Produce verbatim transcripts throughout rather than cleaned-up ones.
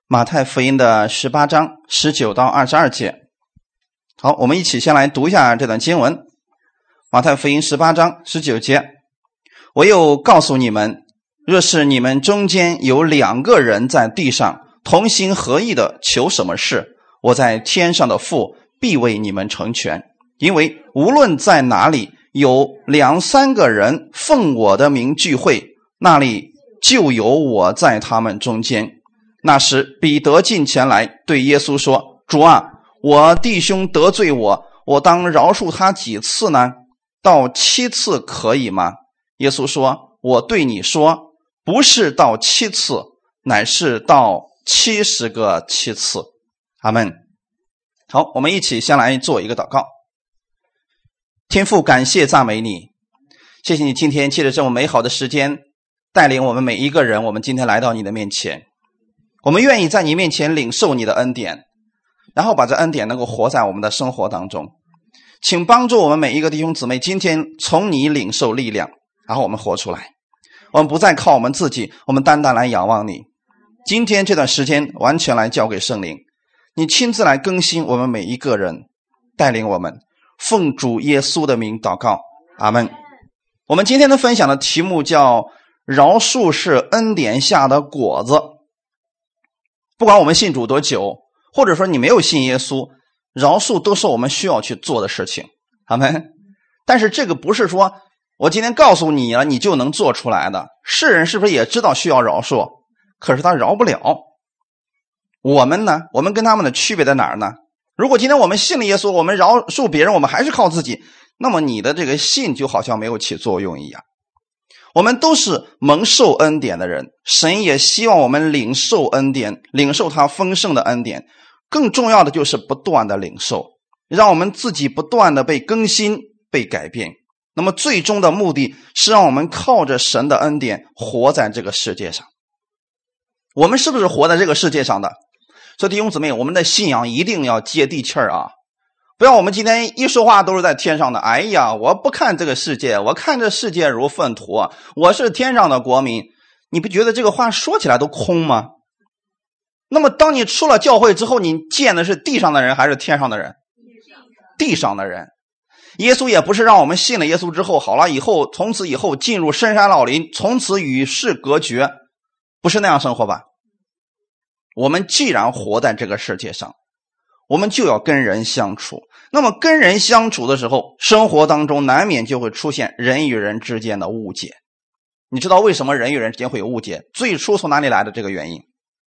马太福音的十八章十九到二十二节。好，我们一起先来读一下这段经文。马太福音十八章十九节，我又告诉你们，若是你们中间有两个人在地上同心合意的求什么事，我在天上的父必为你们成全。因为无论在哪里有两三个人奉我的名聚会，那里就有我在他们中间。那时彼得进前来对耶稣说，主啊，我弟兄得罪我，我当饶恕他几次呢？到七次可以吗？耶稣说，我对你说，不是到七次，乃是到七十个七次。阿们。好，我们一起先来做一个祷告。天父，感谢赞美你，谢谢你今天借着这么美好的时间带领我们每一个人，我们今天来到你的面前，我们愿意在你面前领受你的恩典，然后把这恩典能够活在我们的生活当中。请帮助我们每一个弟兄姊妹今天从你领受力量，然后我们活出来，我们不再靠我们自己，我们单单来仰望你。今天这段时间完全来交给圣灵，你亲自来更新我们每一个人，带领我们，奉主耶稣的名祷告，阿们。我们今天的分享的题目叫饶恕是恩典下的果子。不管我们信主多久，或者说你没有信耶稣，饶恕都是我们需要去做的事情，阿们。但是这个不是说我今天告诉你了你就能做出来的。世人是不是也知道需要饶恕，可是他饶不了。我们呢，我们跟他们的区别在哪儿呢？如果今天我们信了耶稣，我们饶恕别人，我们还是靠自己，那么你的这个信就好像没有起作用一样。我们都是蒙受恩典的人，神也希望我们领受恩典，领受他丰盛的恩典。更重要的就是不断的领受，让我们自己不断的被更新，被改变。那么最终的目的是让我们靠着神的恩典活在这个世界上。我们是不是活在这个世界上的？所以弟兄姊妹，我们的信仰一定要接地气儿啊！不要我们今天一说话都是在天上的。哎呀，我不看这个世界，我看这世界如粪土啊！我是天上的国民。你不觉得这个话说起来都空吗？那么当你出了教会之后，你见的是地上的人还是天上的人？地上的人。耶稣也不是让我们信了耶稣之后，好了以后从此以后进入深山老林，从此与世隔绝，不是那样生活吧？我们既然活在这个世界上，我们就要跟人相处。那么跟人相处的时候，生活当中难免就会出现人与人之间的误解。你知道为什么人与人之间会有误解？最初从哪里来的这个原因？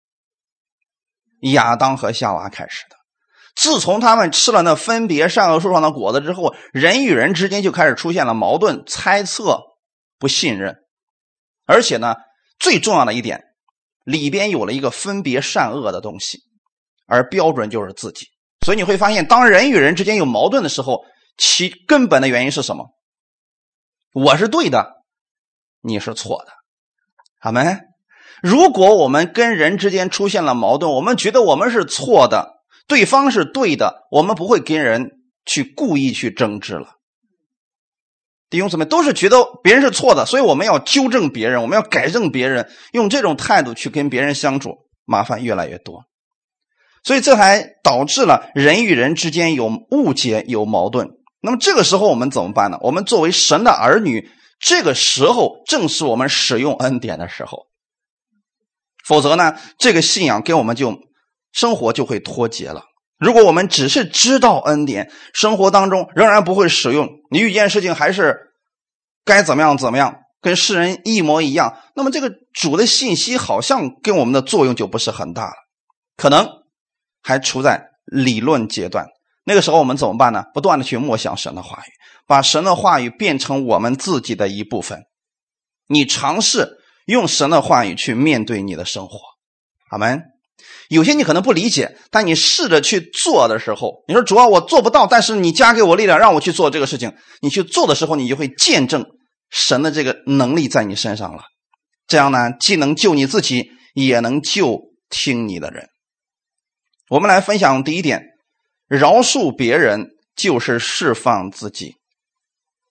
亚当和夏娃开始的。自从他们吃了那分别善恶树上的果子之后，人与人之间就开始出现了矛盾、猜测、不信任。而且呢，最重要的一点，里边有了一个分别善恶的东西，而标准就是自己。所以你会发现，当人与人之间有矛盾的时候，其根本的原因是什么？我是对的，你是错的。阿们。如果我们跟人之间出现了矛盾，我们觉得我们是错的，对方是对的，我们不会跟人去故意去争执了。弟兄姊妹，都是觉得别人是错的，所以我们要纠正别人，我们要改正别人，用这种态度去跟别人相处，麻烦越来越多。所以这还导致了人与人之间有误解，有矛盾。那么这个时候我们怎么办呢？我们作为神的儿女，这个时候正是我们使用恩典的时候。否则呢，这个信仰跟我们就生活就会脱节了。如果我们只是知道恩典，生活当中仍然不会使用，你遇见事情还是该怎么样怎么样，跟世人一模一样，那么这个主的信息好像跟我们的作用就不是很大了，可能还处在理论阶段。那个时候我们怎么办呢？不断的去默想神的话语，把神的话语变成我们自己的一部分。你尝试用神的话语去面对你的生活，阿们。有些你可能不理解，但你试着去做的时候，你说主啊，我做不到，但是你加给我力量让我去做这个事情，你去做的时候，你就会见证神的这个能力在你身上了。这样呢，既能救你自己，也能救听你的人。我们来分享第一点，饶恕别人就是释放自己。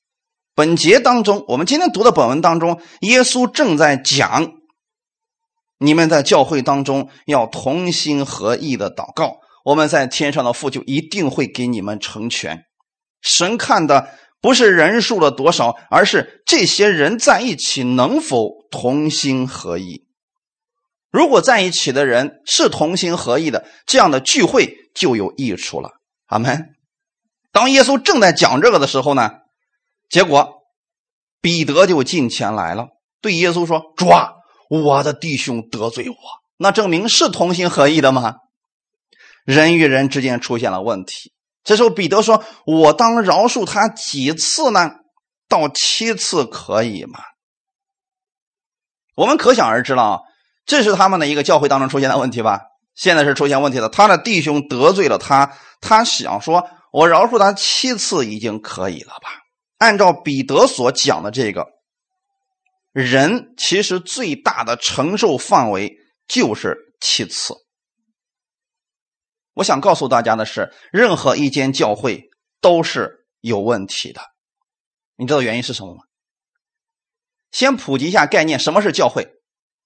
本节当中，我们今天读的本文当中，耶稣正在讲你们在教会当中要同心合意的祷告，我们在天上的父就一定会给你们成全。神看的不是人数的多少，而是这些人在一起能否同心合意。如果在一起的人是同心合意的，这样的聚会就有益处了。阿们。当耶稣正在讲这个的时候呢，结果彼得就近前来了，对耶稣说：主啊，我的弟兄得罪我。那证明是同心合意的吗？人与人之间出现了问题。这时候彼得说：我当饶恕他几次呢？到七次可以吗？我们可想而知了啊，这是他们的一个教会当中出现的问题吧。现在是出现问题了，他的弟兄得罪了他，他想说我饶恕他七次已经可以了吧。按照彼得所讲的这个，人其实最大的承受范围就是七次。我想告诉大家的是，任何一间教会都是有问题的。你知道原因是什么吗？先普及一下概念，什么是教会？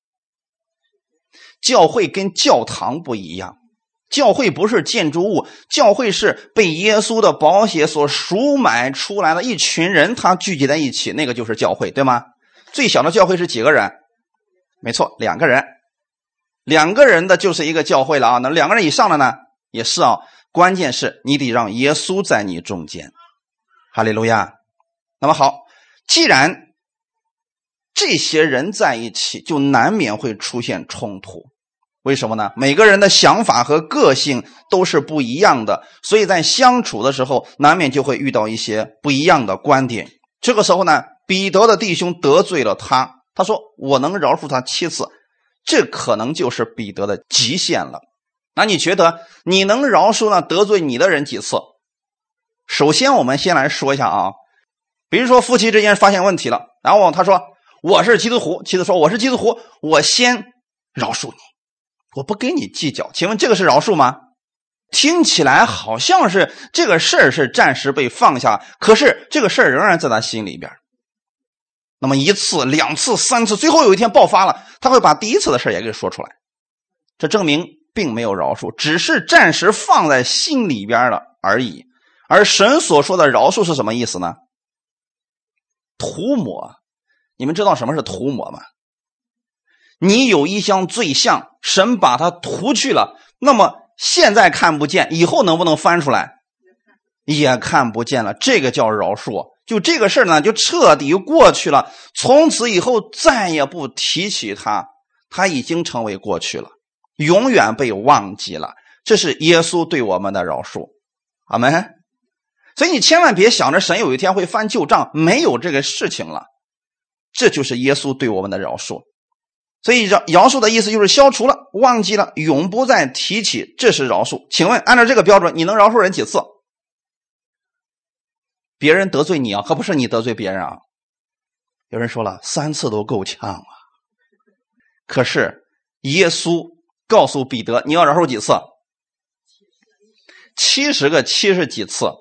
教会跟教堂不一样，教会不是建筑物，教会是被耶稣的宝血所赎买出来的一群人，他聚集在一起，那个就是教会，对吗？最小的教会是几个人？没错，两个人。两个人的就是一个教会了啊。那两个人以上的呢，也是啊。关键是你得让耶稣在你中间。哈利路亚。那么好，既然这些人在一起，就难免会出现冲突。为什么呢？每个人的想法和个性都是不一样的，所以在相处的时候难免就会遇到一些不一样的观点。这个时候呢，彼得的弟兄得罪了他，他说我能饶恕他七次，这可能就是彼得的极限了。那你觉得你能饶恕那得罪你的人几次？首先我们先来说一下啊，比如说夫妻之间发现问题了，然后他说我是基督徒，妻子说我是基督徒，我先饶恕你，我不跟你计较。请问这个是饶恕吗？听起来好像是这个事儿是暂时被放下，可是这个事儿仍然在他心里边。那么一次两次三次，最后有一天爆发了，他会把第一次的事儿也给说出来，这证明并没有饶恕，只是暂时放在心里边了而已。而神所说的饶恕是什么意思呢？涂抹。你们知道什么是涂抹吗？你有一项罪项，神把它涂去了，那么现在看不见，以后能不能翻出来？也看不见了，这个叫饶恕。就这个事呢，就彻底过去了，从此以后再也不提起它，它已经成为过去了，永远被忘记了。这是耶稣对我们的饶恕。阿们。所以你千万别想着神有一天会翻旧账，没有这个事情了。这就是耶稣对我们的饶恕。所以饶恕的意思就是消除了，忘记了，永不再提起，这是饶恕。请问按照这个标准，你能饶恕人几次？别人得罪你啊，可不是你得罪别人啊。有人说了，三次都够呛啊。可是耶稣告诉彼得，你要饶恕几次？七十个七是几次？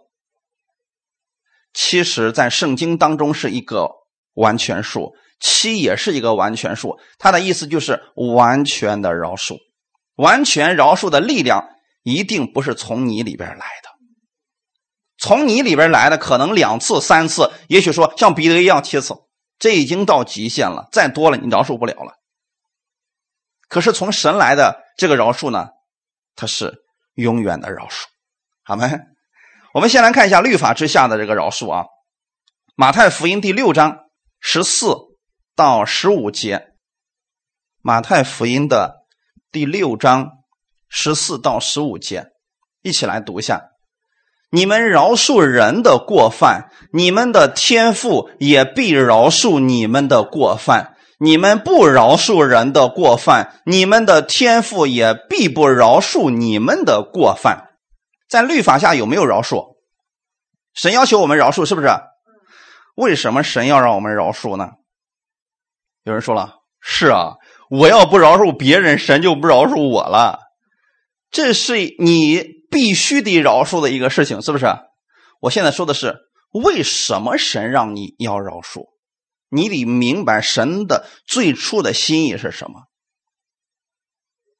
七十在圣经当中是一个完全数，七也是一个完全数，它的意思就是完全的饶恕。完全饶恕的力量一定不是从你里边来的，从你里边来的可能两次三次，也许说像彼得一样七次，这已经到极限了，再多了你饶恕不了了。可是从神来的这个饶恕呢，它是永远的饶恕。阿们。我们先来看一下律法之下的这个饶恕啊。马太福音第六章十四到十五节，马太福音的第六章十四到十五节，一起来读一下。你们饶恕人的过犯，你们的天父也必饶恕你们的过犯；你们不饶恕人的过犯，你们的天父也必不饶恕你们的过犯。在律法下有没有饶恕？神要求我们饶恕，是不是？为什么神要让我们饶恕呢？有人说了，是啊，我要不饶恕别人，神就不饶恕我了。这是你必须得饶恕的一个事情，是不是？我现在说的是，为什么神让你要饶恕？你得明白神的最初的心意是什么。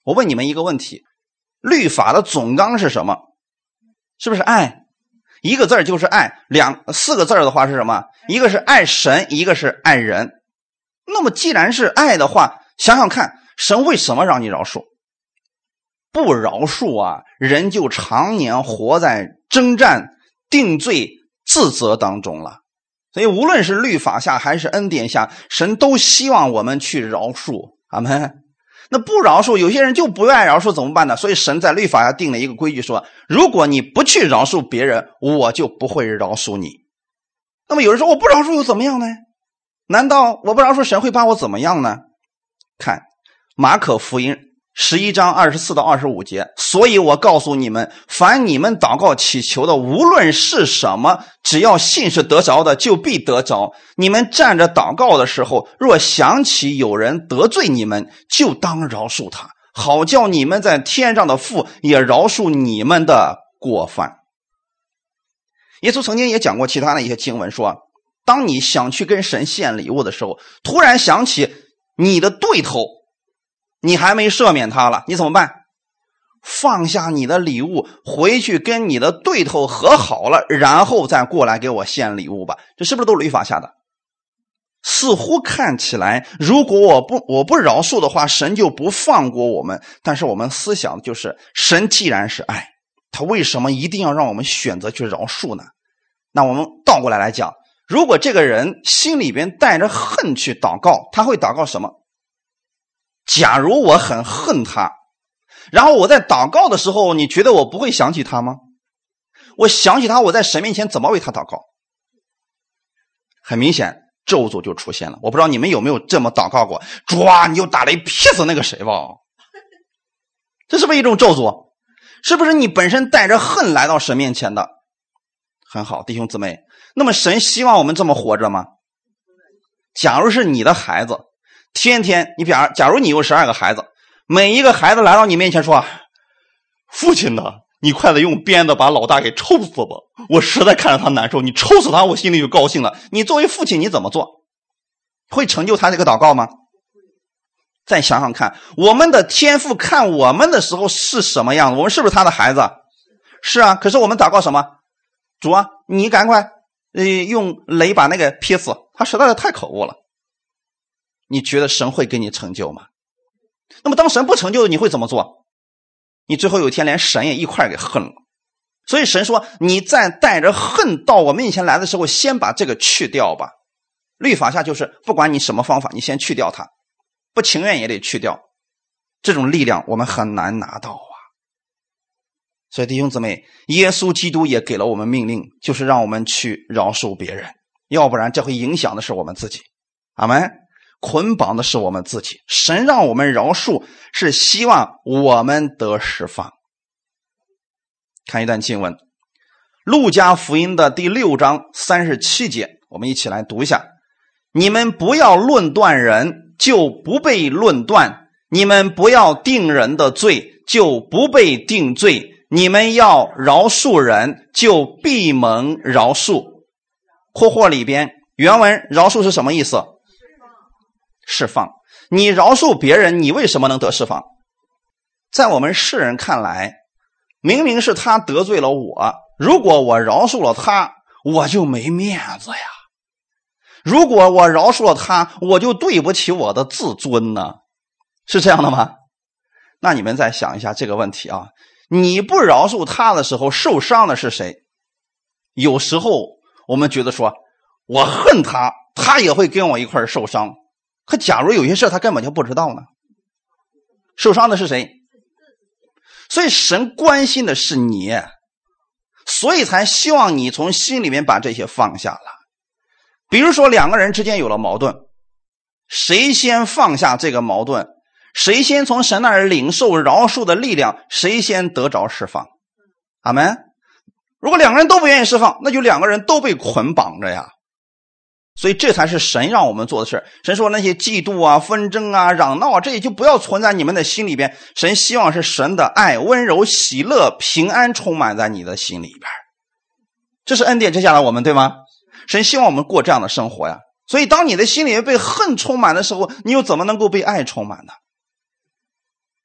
我问你们一个问题，律法的总纲是什么？是不是爱？一个字儿就是爱，两四个字儿的话是什么？一个是爱神，一个是爱人。那么既然是爱的话，想想看，神为什么让你饶恕？不饶恕啊，人就常年活在征战、定罪、自责当中了。所以无论是律法下还是恩典下，神都希望我们去饶恕。阿们。那不饶恕，有些人就不愿意饶恕怎么办呢？所以神在律法下定了一个规矩，说如果你不去饶恕别人，我就不会饶恕你。那么有人说我不饶恕又怎么样呢？难道我不饶恕神会把我怎么样呢？看马可福音十一章二十四到二十五节，所以我告诉你们，凡你们祷告祈求的，无论是什么，只要信是得着的，就必得着。你们站着祷告的时候，若想起有人得罪你们，就当饶恕他，好叫你们在天上的父也饶恕你们的过犯。耶稣曾经也讲过其他的一些经文，说当你想去跟神献礼物的时候，突然想起你的对头你还没赦免他了，你怎么办？放下你的礼物，回去跟你的对头和好了，然后再过来给我献礼物吧。这是不是都是律法下的？似乎看起来，如果我不我不饶恕的话，神就不放过我们。但是我们思想的就是，神既然是爱，他为什么一定要让我们选择去饶恕呢？那我们倒过来来讲，如果这个人心里边带着恨去祷告，他会祷告什么？假如我很恨他，然后我在祷告的时候，你觉得我不会想起他吗？我想起他，我在神面前怎么为他祷告？很明显咒诅就出现了。我不知道你们有没有这么祷告过，主啊，你就打雷劈死那个谁吧。这是不是一种咒诅？是不是你本身带着恨来到神面前的？很好，弟兄姊妹，那么神希望我们这么活着吗？假如是你的孩子，天天你比方假如你有十二个孩子，每一个孩子来到你面前说，父亲呢，你快点用鞭子把老大给抽死吧，我实在看着他难受，你抽死他我心里就高兴了。你作为父亲你怎么做？会成就他这个祷告吗？再想想看，我们的天父看我们的时候是什么样子？我们是不是他的孩子？是啊，可是我们祷告什么？主啊，你赶快、呃、用雷把那个劈死，他实在是太可恶了。你觉得神会给你成就吗？那么当神不成就你会怎么做？你最后有一天连神也一块给恨了。所以神说，你在带着恨到我面前来的时候，先把这个去掉吧。律法下就是不管你什么方法，你先去掉它，不情愿也得去掉。这种力量我们很难拿到啊。所以弟兄姊妹，耶稣基督也给了我们命令，就是让我们去饶恕别人，要不然这会影响的是我们自己。阿们。捆绑的是我们自己，神让我们饶恕是希望我们得释放。看一段经文，路加福音的第六章三十七节，我们一起来读一下。你们不要论断人，就不被论断；你们不要定人的罪，就不被定罪；你们要饶恕人，就必蒙饶恕。括弧里边原文饶恕是什么意思？释放。你饶恕别人，你为什么能得释放？在我们世人看来，明明是他得罪了我，如果我饶恕了他，我就没面子呀。如果我饶恕了他，我就对不起我的自尊呢。是这样的吗？那你们再想一下这个问题啊，你不饶恕他的时候，受伤的是谁？有时候我们觉得说，我恨他，他也会跟我一块受伤。可假如有些事他根本就不知道呢，受伤的是谁？所以神关心的是你，所以才希望你从心里面把这些放下了。比如说两个人之间有了矛盾，谁先放下这个矛盾，谁先从神那儿领受饶恕的力量，谁先得着释放。阿们。如果两个人都不愿意释放，那就两个人都被捆绑着呀。所以这才是神让我们做的事。神说那些嫉妒啊、纷争啊、嚷闹啊，这也就不要存在你们的心里边。神希望是神的爱、温柔、喜乐、平安充满在你的心里边。这是恩典之下的我们，对吗？神希望我们过这样的生活呀。所以当你的心里面被恨充满的时候，你又怎么能够被爱充满呢？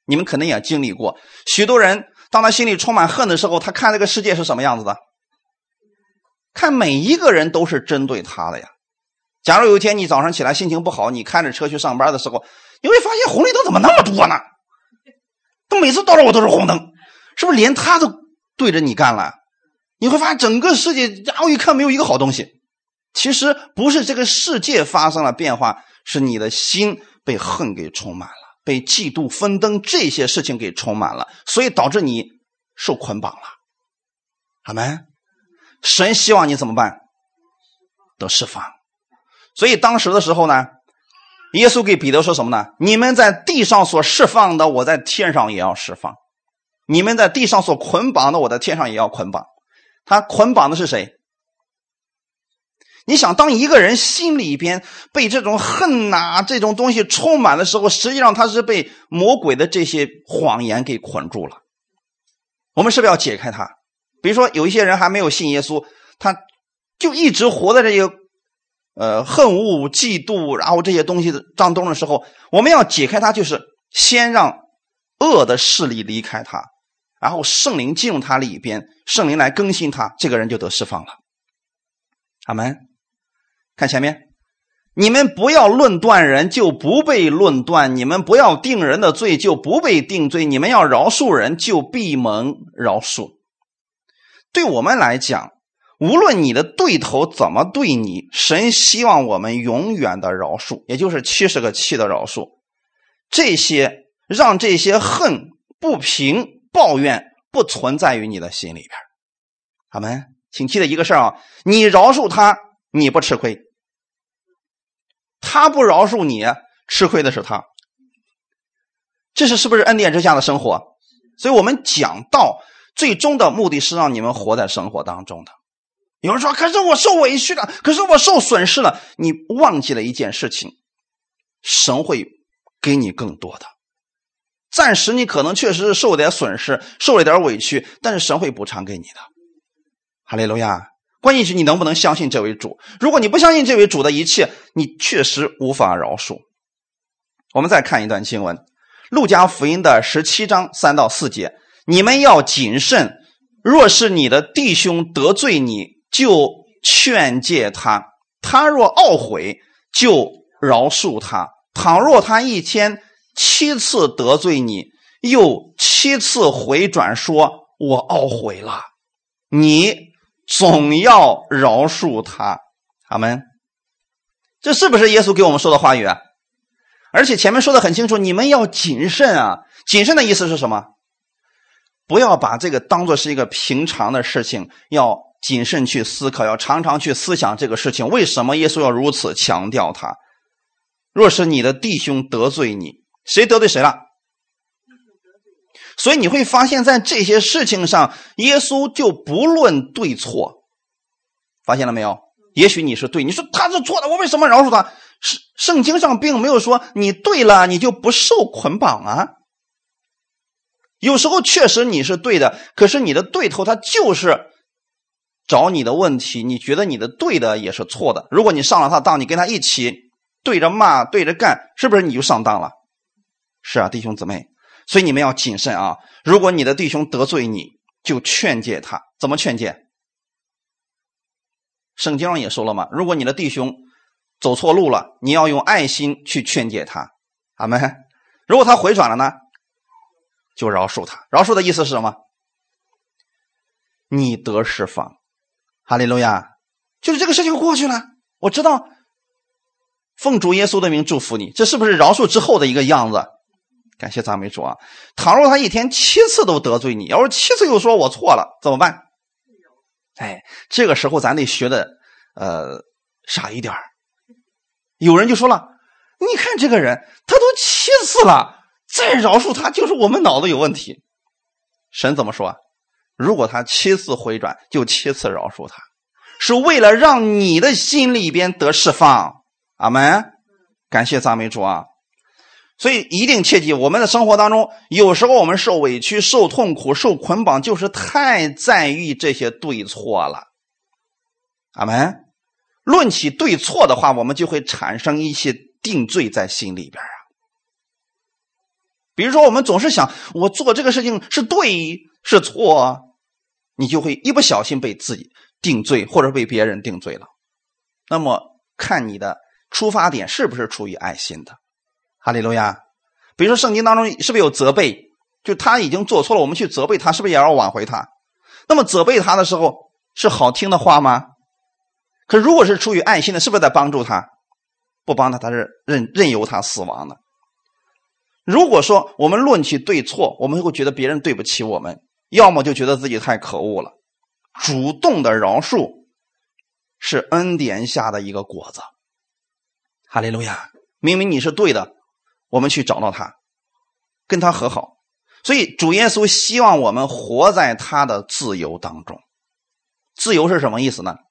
你们肯定也经历过，许多人当他心里充满恨的时候，他看这个世界是什么样子的？看每一个人都是针对他的呀。假如有一天你早上起来心情不好，你开着车去上班的时候，你会发现红绿灯怎么那么多呢？他每次到这我都是红灯，是不是连他都对着你干了？你会发现整个世界，然后一看没有一个好东西。其实不是这个世界发生了变化，是你的心被恨给充满了，被嫉妒纷争这些事情给充满了，所以导致你受捆绑了。阿们。神希望你怎么办？得释放。所以当时的时候呢，耶稣给彼得说什么呢？你们在地上所释放的，我在天上也要释放；你们在地上所捆绑的，我在天上也要捆绑。他捆绑的是谁？你想，当一个人心里边被这种恨呐、这种东西充满的时候，实际上他是被魔鬼的这些谎言给捆住了。我们是不是要解开它？比如说有一些人还没有信耶稣，他就一直活在这些呃恨恶、嫉妒，然后这些东西当中的时候，我们要解开它，就是先让恶的势力离开他，然后圣灵进入他里边，圣灵来更新他，这个人就得释放了。阿们。看前面，你们不要论断人，就不被论断；你们不要定人的罪，就不被定罪；你们要饶恕人，就必蒙饶恕。对我们来讲，无论你的对头怎么对你，神希望我们永远的饶恕，也就是七十个七的饶恕。这些让这些恨、不平、抱怨不存在于你的心里边。阿们。请记得一个事儿啊，你饶恕他，你不吃亏；他不饶恕你，吃亏的是他。这是是不是恩典之下的生活？所以我们讲道最终的目的是让你们活在生活当中的。有人说，可是我受委屈了，可是我受损失了。你忘记了一件事情，神会给你更多的。暂时你可能确实是受点损失，受了点委屈，但是神会补偿给你的。哈利路亚。关键是你能不能相信这位主。如果你不相信这位主的一切，你确实无法饶恕。我们再看一段经文，路加福音的十七章三到四节，你们要谨慎，若是你的弟兄得罪你，就劝诫他，他若懊悔，就饶恕他。倘若他一天七次得罪你，又七次回转说我懊悔了，你总要饶恕他。阿们。这是不是耶稣给我们说的话语啊？而且前面说的很清楚，你们要谨慎啊。谨慎的意思是什么？不要把这个当作是一个平常的事情，要谨慎去思考，要常常去思想这个事情。为什么耶稣要如此强调它？若是你的弟兄得罪你，谁得罪谁了？所以你会发现在这些事情上，耶稣就不论对错。发现了没有？也许你是对，你说他是错的，我为什么饶恕他？圣经上并没有说你对了你就不受捆绑啊。有时候确实你是对的，可是你的对头他就是找你的问题，你觉得你的对的也是错的。如果你上了他当，你跟他一起对着骂对着干，是不是你就上当了？是啊，弟兄姊妹，所以你们要谨慎啊。如果你的弟兄得罪你，就劝诫他。怎么劝诫？圣经上也说了嘛，如果你的弟兄走错路了，你要用爱心去劝诫他。阿们。如果他回转了呢，就饶恕他。饶恕的意思是什么？你得释放。哈利路亚。就是这个事情过去了，我知道，奉主耶稣的名祝福你。这是不是饶恕之后的一个样子？感谢赞美主啊。倘若他一天七次都得罪你，要是七次又说我错了，怎么办？哎，这个时候咱得学的呃傻一点。有人就说了，你看这个人他都七次了，再饶恕他就是我们脑子有问题。神怎么说？如果他七次回转，就七次饶恕他，是为了让你的心里边得释放。阿们。感谢赞美主啊。所以一定切记，我们的生活当中有时候我们受委屈受痛苦受捆绑，就是太在意这些对错了。阿们。论起对错的话，我们就会产生一些定罪在心里边啊。 比如说我们总是想我做这个事情是对是错，你就会一不小心被自己定罪，或者被别人定罪了。那么看你的出发点是不是出于爱心的。哈利路亚。比如说圣经当中是不是有责备，就他已经做错了，我们去责备他，是不是也要挽回他？那么责备他的时候是好听的话吗？可如果是出于爱心的，是不是在帮助他？不帮他，他是任任由他死亡的。如果说我们论起对错，我们会觉得别人对不起我们，要么就觉得自己太可恶了。主动的饶恕是恩典下的一个果子。哈利路亚。明明你是对的，我们去找到他，跟他和好。所以主耶稣希望我们活在他的自由当中。自由是什么意思呢？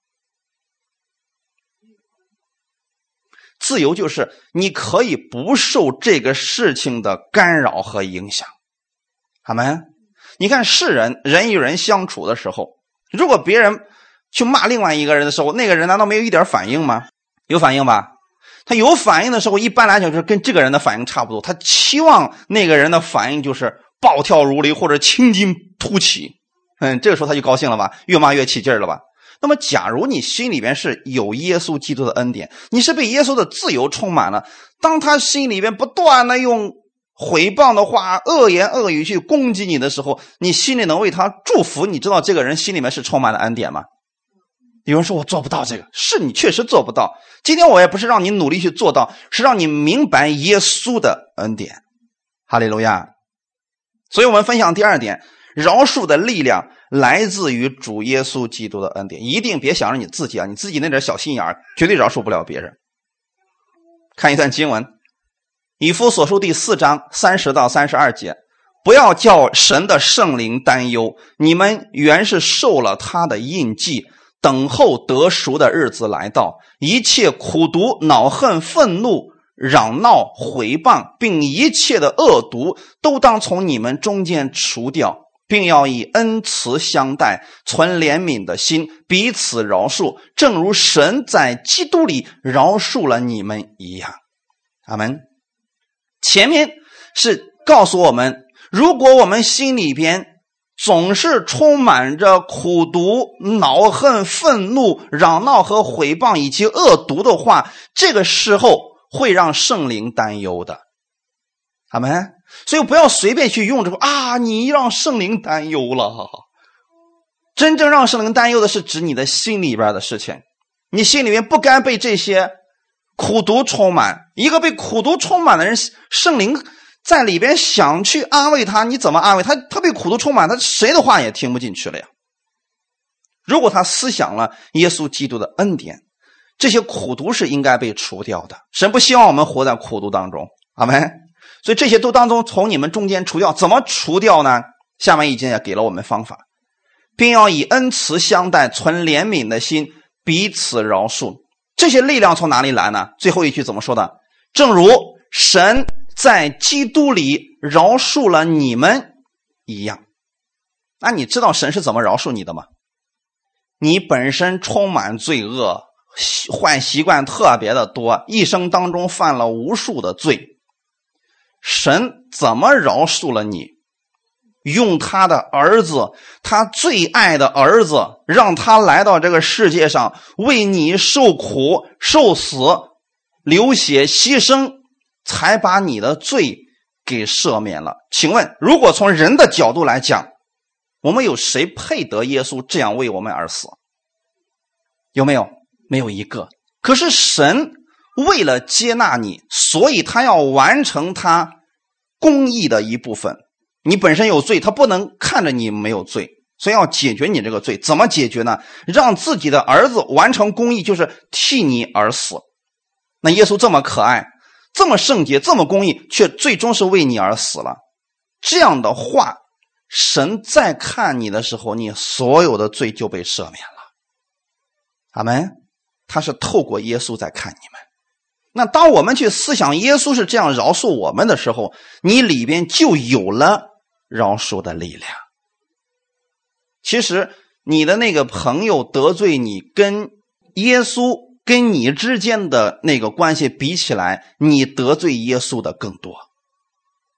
自由就是你可以不受这个事情的干扰和影响。阿们。你看世人人与人相处的时候，如果别人去骂另外一个人的时候，那个人难道没有一点反应吗？有反应吧。他有反应的时候，一般来讲就是跟这个人的反应差不多，他期望那个人的反应就是暴跳如雷或者青筋突起。嗯，这个时候他就高兴了吧，越骂越起劲了吧。那么假如你心里边是有耶稣基督的恩典，你是被耶稣的自由充满了，当他心里边不断的用毁谤的话、恶言恶语去攻击你的时候，你心里能为他祝福，你知道这个人心里面是充满了恩典吗？有人说我做不到这个，是你确实做不到。今天我也不是让你努力去做到，是让你明白耶稣的恩典。哈利路亚。所以我们分享第二点，饶恕的力量来自于主耶稣基督的恩典。一定别想着你自己啊，你自己那点小心眼儿绝对饶恕不了别人。看一段经文，以弗所书第四章三十到三十二节，不要叫神的圣灵担忧，你们原是受了他的印记，等候得赎的日子来到，一切苦毒、恼恨、愤怒、嚷闹、毁谤，并一切的恶毒，都当从你们中间除掉，并要以恩慈相待，存怜悯的心，彼此饶恕，正如神在基督里饶恕了你们一样。阿们。前面是告诉我们，如果我们心里边总是充满着苦毒、恼恨、愤怒、嚷闹和毁谤以及恶毒的话，这个时候会让圣灵担忧的。阿们。所以不要随便去用这个啊，你让圣灵担忧了。真正让圣灵担忧的是指你的心里边的事情，你心里面不该被这些苦毒充满。一个被苦毒充满的人，圣灵在里边想去安慰他，你怎么安慰他？他被苦毒充满，他谁的话也听不进去了呀。如果他思想了耶稣基督的恩典，这些苦毒是应该被除掉的。神不希望我们活在苦毒当中。阿们。所以这些都当中从你们中间除掉。怎么除掉呢？下面已经也给了我们方法，并要以恩慈相待，存怜悯的心，彼此饶恕。这些力量从哪里来呢？最后一句怎么说的？正如神在基督里饶恕了你们一样。那你知道神是怎么饶恕你的吗？你本身充满罪恶，坏习惯特别的多，一生当中犯了无数的罪，神怎么饶恕了你？用他的儿子，他最爱的儿子，让他来到这个世界上，为你受苦、受死、流血、牺牲，才把你的罪给赦免了。请问，如果从人的角度来讲，我们有谁配得耶稣这样为我们而死？有没有？没有一个。可是神为了接纳你，所以他要完成他公义的一部分。你本身有罪，他不能看着你没有罪，所以要解决你这个罪。怎么解决呢？让自己的儿子完成公义，就是替你而死。那耶稣这么可爱，这么圣洁，这么公义，却最终是为你而死了。这样的话，神在看你的时候，你所有的罪就被赦免了。阿们。他是透过耶稣在看你们。那当我们去思想耶稣是这样饶恕我们的时候，你里边就有了饶恕的力量。其实你的那个朋友得罪你，跟耶稣跟你之间的那个关系比起来，你得罪耶稣的更多。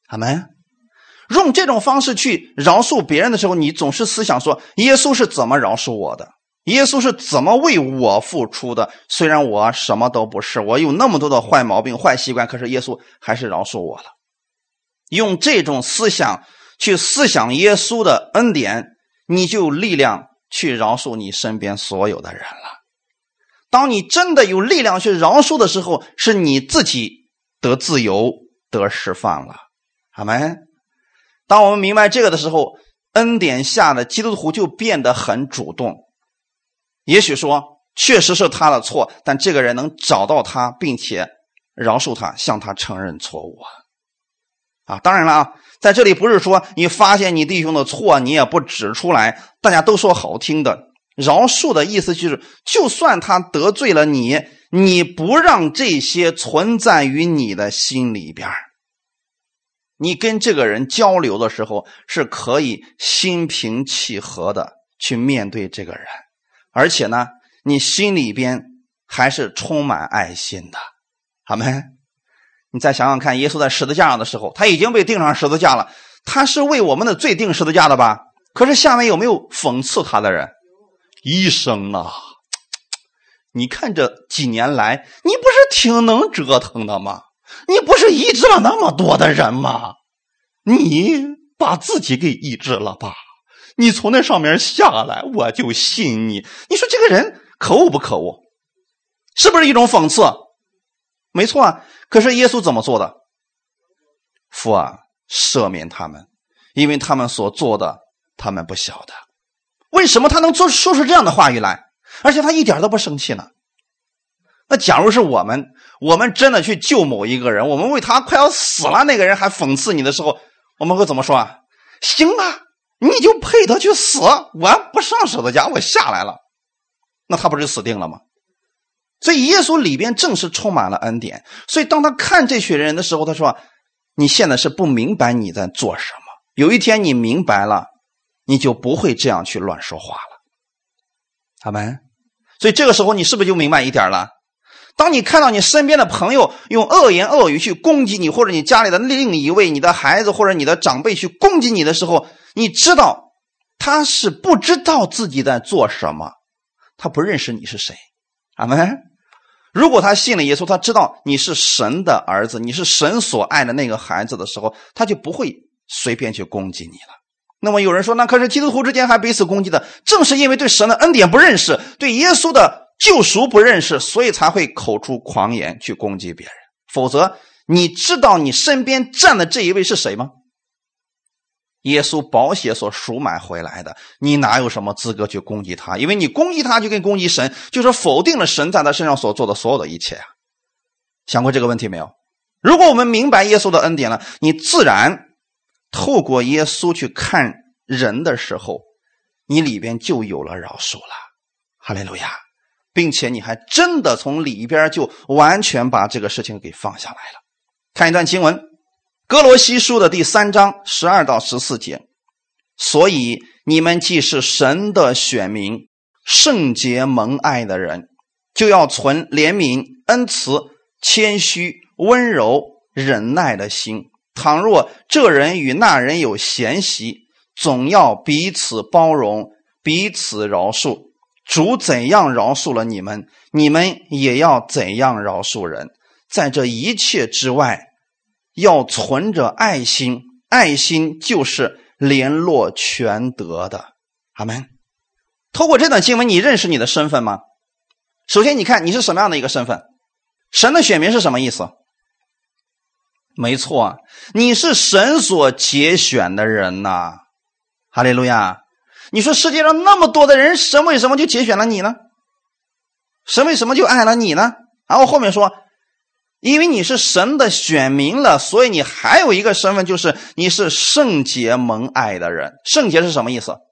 阿们。用这种方式去饶恕别人的时候，你总是思想说耶稣是怎么饶恕我的，耶稣是怎么为我付出的，虽然我什么都不是，我有那么多的坏毛病坏习惯，可是耶稣还是饶恕我了。用这种思想去思想耶稣的恩典，你就有力量去饶恕你身边所有的人了。当你真的有力量去饶恕的时候，是你自己得自由得释放了。阿们。当我们明白这个的时候，恩典下的基督徒就变得很主动。也许说确实是他的错，但这个人能找到他并且饶恕他，向他承认错误啊。当然了啊，在这里不是说你发现你弟兄的错你也不指出来，大家都说好听的，饶恕的意思就是就算他得罪了你，你不让这些存在于你的心里边，你跟这个人交流的时候是可以心平气和的去面对这个人，而且呢你心里边还是充满爱心的。阿们。你再想想看，耶稣在十字架上的时候，他已经被钉上十字架了，他是为我们的罪钉十字架的吧？可是下面有没有讽刺他的人？医生啊，你看这几年来你不是挺能折腾的吗？你不是医治了那么多的人吗？你把自己给医治了吧？你从那上面下来我就信你。你说这个人可恶不可恶？是不是一种讽刺？没错啊。可是耶稣怎么做的？父啊，赦免他们，因为他们所做的他们不晓得。为什么他能做说出这样的话语来，而且他一点都不生气呢？那假如是我们我们真的去救某一个人，我们为他快要死了，那个人还讽刺你的时候，我们会怎么说啊？行啊，你就配得去死，我不上十字架，我下来了，那他不是死定了吗？所以耶稣里边正是充满了恩典。所以当他看这群人的时候，他说你现在是不明白你在做什么，有一天你明白了，你就不会这样去乱说话了。阿们。所以这个时候你是不是就明白一点了？当你看到你身边的朋友用恶言恶语去攻击你，或者你家里的另一位你的孩子或者你的长辈去攻击你的时候，你知道他是不知道自己在做什么，他不认识你是谁。阿们。如果他信了耶稣，他知道你是神的儿子，你是神所爱的那个孩子的时候，他就不会随便去攻击你了。那么有人说，那可是基督徒之间还彼此攻击的，正是因为对神的恩典不认识，对耶稣的救赎不认识，所以才会口出狂言去攻击别人。否则你知道你身边站的这一位是谁吗？耶稣宝血所赎买回来的，你哪有什么资格去攻击他？因为你攻击他就跟攻击神，就是否定了神在他身上所做的所有的一切啊。想过这个问题没有？如果我们明白耶稣的恩典了，你自然透过耶稣去看人的时候，你里边就有了饶恕了。哈利路亚。并且你还真的从里边就完全把这个事情给放下来了。看一段经文，哥罗西书的第三章十二到十四节。所以你们既是神的选民，圣洁蒙爱的人，就要存怜悯、恩慈、谦虚、温柔、忍耐的心。倘若这人与那人有嫌隙，总要彼此包容，彼此饶恕。主怎样饶恕了你们，你们也要怎样饶恕人。在这一切之外，要存着爱心，爱心就是联络全德的。阿们。透过这段经文，你认识你的身份吗？首先你看你是什么样的一个身份？神的选民是什么意思？没错，你是神所节选的人呐。哈利路亚。你说世界上那么多的人，神为什么就节选了你呢？神为什么就爱了你呢？然后后面说，因为你是神的选民了，所以你还有一个身份，就是你是圣洁蒙爱的人。圣洁是什么意思？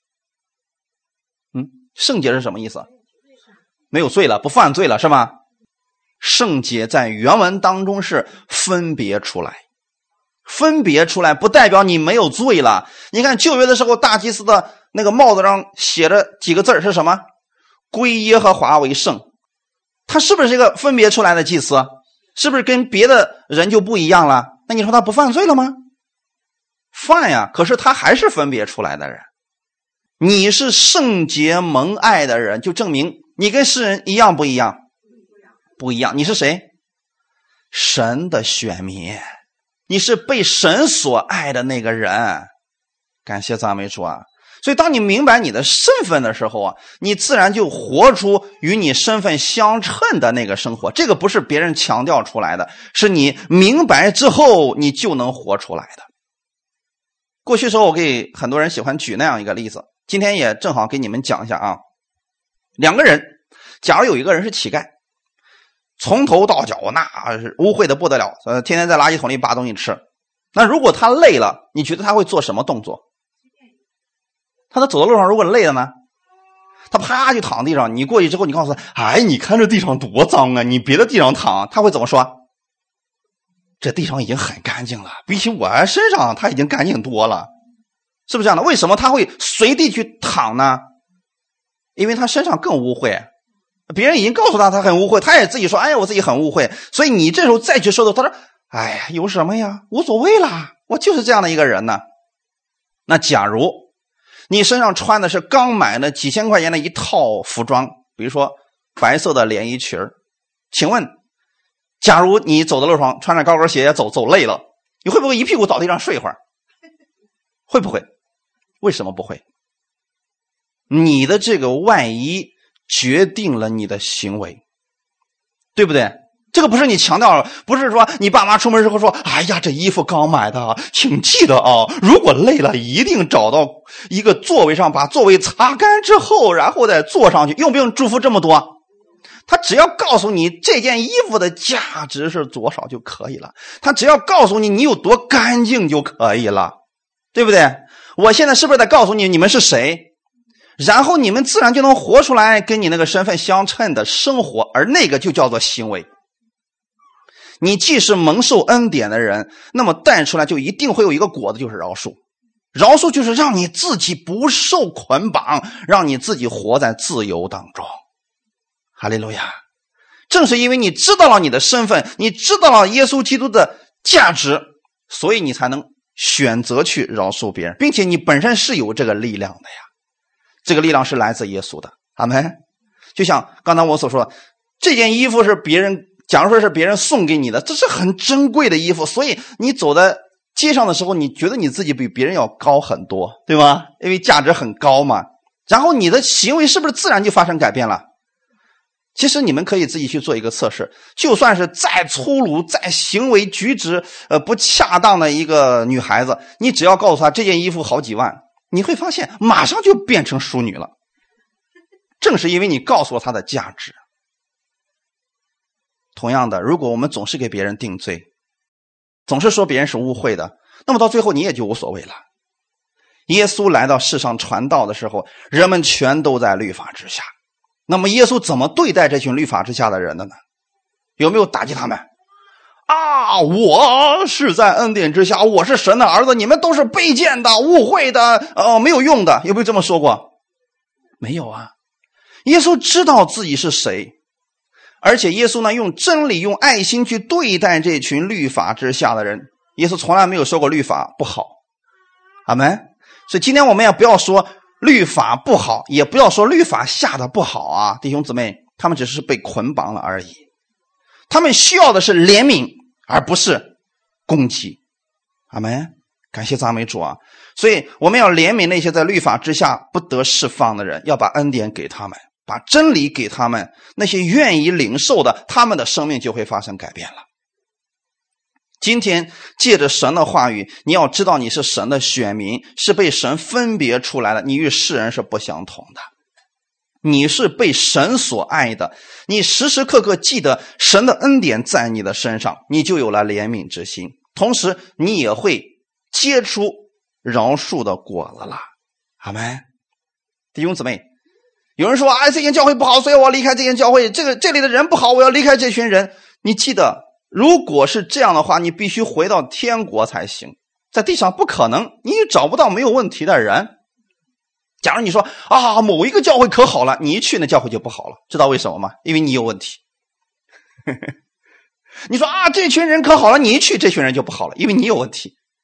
嗯，圣洁是什么意思？没有罪了，不犯罪了，是吗？圣洁在原文当中是分别出来，分别出来不代表你没有罪了。你看旧约的时候，大祭司的那个帽子上写着几个字是什么？归耶和华为圣。他是不是一个分别出来的祭司？是不是跟别的人就不一样了？那你说他不犯罪了吗？ 犯呀，可是他还是分别出来的人。你是圣洁蒙爱的人，就证明你跟世人一样不一样？不一样。你是谁？神的选民，你是被神所爱的那个人。感谢赞美主啊！所以当你明白你的身份的时候啊，你自然就活出与你身份相称的那个生活。这个不是别人强调出来的，是你明白之后你就能活出来的。过去时候我给很多人喜欢举那样一个例子，今天也正好给你们讲一下啊。两个人，假如有一个人是乞丐，从头到脚那是污秽的不得了，呃，天天在垃圾桶里扒东西吃。那如果他累了，你觉得他会做什么动作？他在走的路上如果累了呢，他啪就躺地上，你过去之后你告诉他，哎，你看这地上多脏啊，你别的地上躺，他会怎么说？这地上已经很干净了，比起我身上他已经干净多了，是不是这样的？为什么他会随地去躺呢？因为他身上更污秽，别人已经告诉他他很污秽，他也自己说，哎呀，我自己很污秽。所以你这时候再去说的，他说，哎呀，有什么呀，无所谓啦，我就是这样的一个人呢。那假如你身上穿的是刚买的几千块钱的一套服装，比如说白色的连衣裙，请问假如你走的路上穿着高跟鞋走走累了，你会不会一屁股倒地上睡一会儿？会不会？为什么不会？你的这个外衣决定了你的行为，对不对？这个不是你强调，不是说你爸妈出门之后说，哎呀，这衣服刚买的，请记得啊，如果累了一定找到一个座位上，把座位擦干之后然后再坐上去，用不用嘱咐这么多？他只要告诉你这件衣服的价值是多少就可以了，他只要告诉你你有多干净就可以了，对不对？我现在是不是在告诉你你们是谁？然后你们自然就能活出来跟你那个身份相称的生活，而那个就叫做行为。你既是蒙受恩典的人，那么带出来就一定会有一个果子，就是饶恕。饶恕就是让你自己不受捆绑，让你自己活在自由当中。哈利路亚！正是因为你知道了你的身份，你知道了耶稣基督的价值，所以你才能选择去饶恕别人，并且你本身是有这个力量的呀。这个力量是来自耶稣的，阿们。就像刚才我所说的，这件衣服是别人，假如说是别人送给你的，这是很珍贵的衣服，所以你走在街上的时候，你觉得你自己比别人要高很多，对吗？因为价值很高嘛。然后你的行为是不是自然就发生改变了？其实你们可以自己去做一个测试，就算是再粗鲁、再行为举止呃不恰当的一个女孩子，你只要告诉她这件衣服好几万，你会发现马上就变成淑女了。正是因为你告诉了她的价值。同样的，如果我们总是给别人定罪，总是说别人是污秽的，那么到最后你也就无所谓了。耶稣来到世上传道的时候，人们全都在律法之下，那么耶稣怎么对待这群律法之下的人的呢？有没有打击他们啊？我是在恩典之下，我是神的儿子，你们都是卑贱的、污秽的，呃，没有用的，有没有这么说过？没有啊。耶稣知道自己是谁，而且耶稣呢，用真理、用爱心去对待这群律法之下的人。耶稣从来没有说过律法不好，阿们。所以今天我们也不要说律法不好，也不要说律法下的不好啊，弟兄姊妹，他们只是被捆绑了而已。他们需要的是怜悯，而不是攻击。阿们，感谢赞美主啊！所以我们要怜悯那些在律法之下不得释放的人，要把恩典给他们，把真理给他们，那些愿意领受的，他们的生命就会发生改变了。今天借着神的话语，你要知道你是神的选民，是被神分别出来的，你与世人是不相同的，你是被神所爱的，你时时刻刻记得神的恩典在你的身上，你就有了怜悯之心，同时你也会结出饶恕的果子了。阿们。弟兄姊妹，有人说哎，这间教会不好，所以我要离开这间教会，这个这里的人不好，我要离开这群人。你记得，如果是这样的话，你必须回到天国才行，在地上不可能，你也找不到没有问题的人。假如你说啊，某一个教会可好了，你一去那教会就不好了，知道为什么吗？因为你有问题。你说啊，这群人可好了，你一去这群人就不好了，因为你有问题。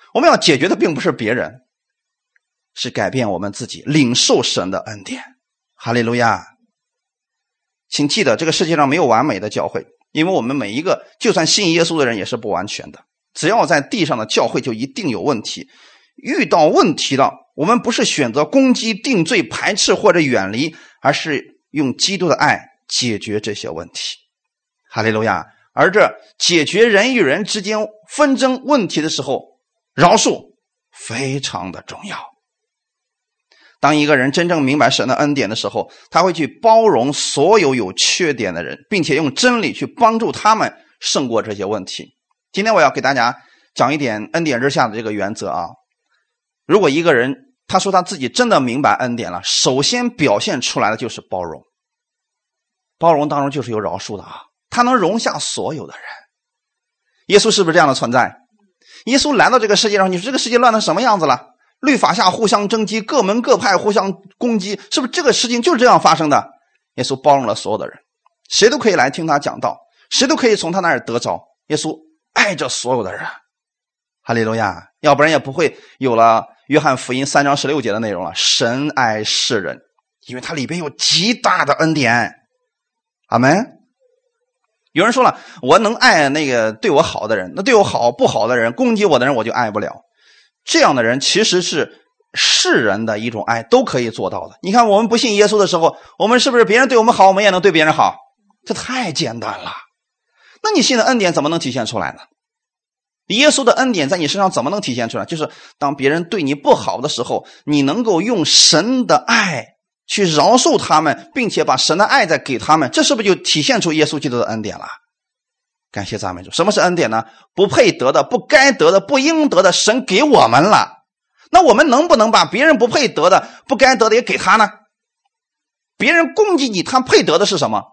我们要解决的并不是别人，是改变我们自己，领受神的恩典。哈利路亚！请记得，这个世界上没有完美的教会，因为我们每一个就算信耶稣的人也是不完全的。只要在地上的教会就一定有问题，遇到问题了，我们不是选择攻击、定罪、排斥或者远离，而是用基督的爱解决这些问题。哈利路亚！而这解决人与人之间纷争问题的时候，饶恕非常的重要。当一个人真正明白神的恩典的时候，他会去包容所有有缺点的人，并且用真理去帮助他们胜过这些问题。今天我要给大家讲一点恩典之下的这个原则啊。如果一个人他说他自己真的明白恩典了，首先表现出来的就是包容。包容当中就是有饶恕的啊，他能容下所有的人。耶稣是不是这样的存在？耶稣来到这个世界上，你说这个世界乱成什么样子了？律法下互相争击，各门各派互相攻击，是不是这个事情就是这样发生的？耶稣包容了所有的人，谁都可以来听他讲道，谁都可以从他那儿得着。耶稣爱着所有的人，哈利路亚！要不然也不会有了约翰福音三章十六节的内容了。神爱世人，因为它里边有极大的恩典。阿们。有人说了，我能爱那个对我好的人，那对我好不好的人，攻击我的人我就爱不了。这样的人其实是世人的一种爱都可以做到的。你看我们不信耶稣的时候，我们是不是别人对我们好，我们也能对别人好？这太简单了。那你信的恩典怎么能体现出来呢？耶稣的恩典在你身上怎么能体现出来？就是当别人对你不好的时候，你能够用神的爱去饶恕他们，并且把神的爱再给他们，这是不是就体现出耶稣基督的恩典了？感谢赞美主。什么是恩典呢？不配得的、不该得的、不应得的，神给我们了。那我们能不能把别人不配得的、不该得的也给他呢？别人攻击你，他配得的是什么？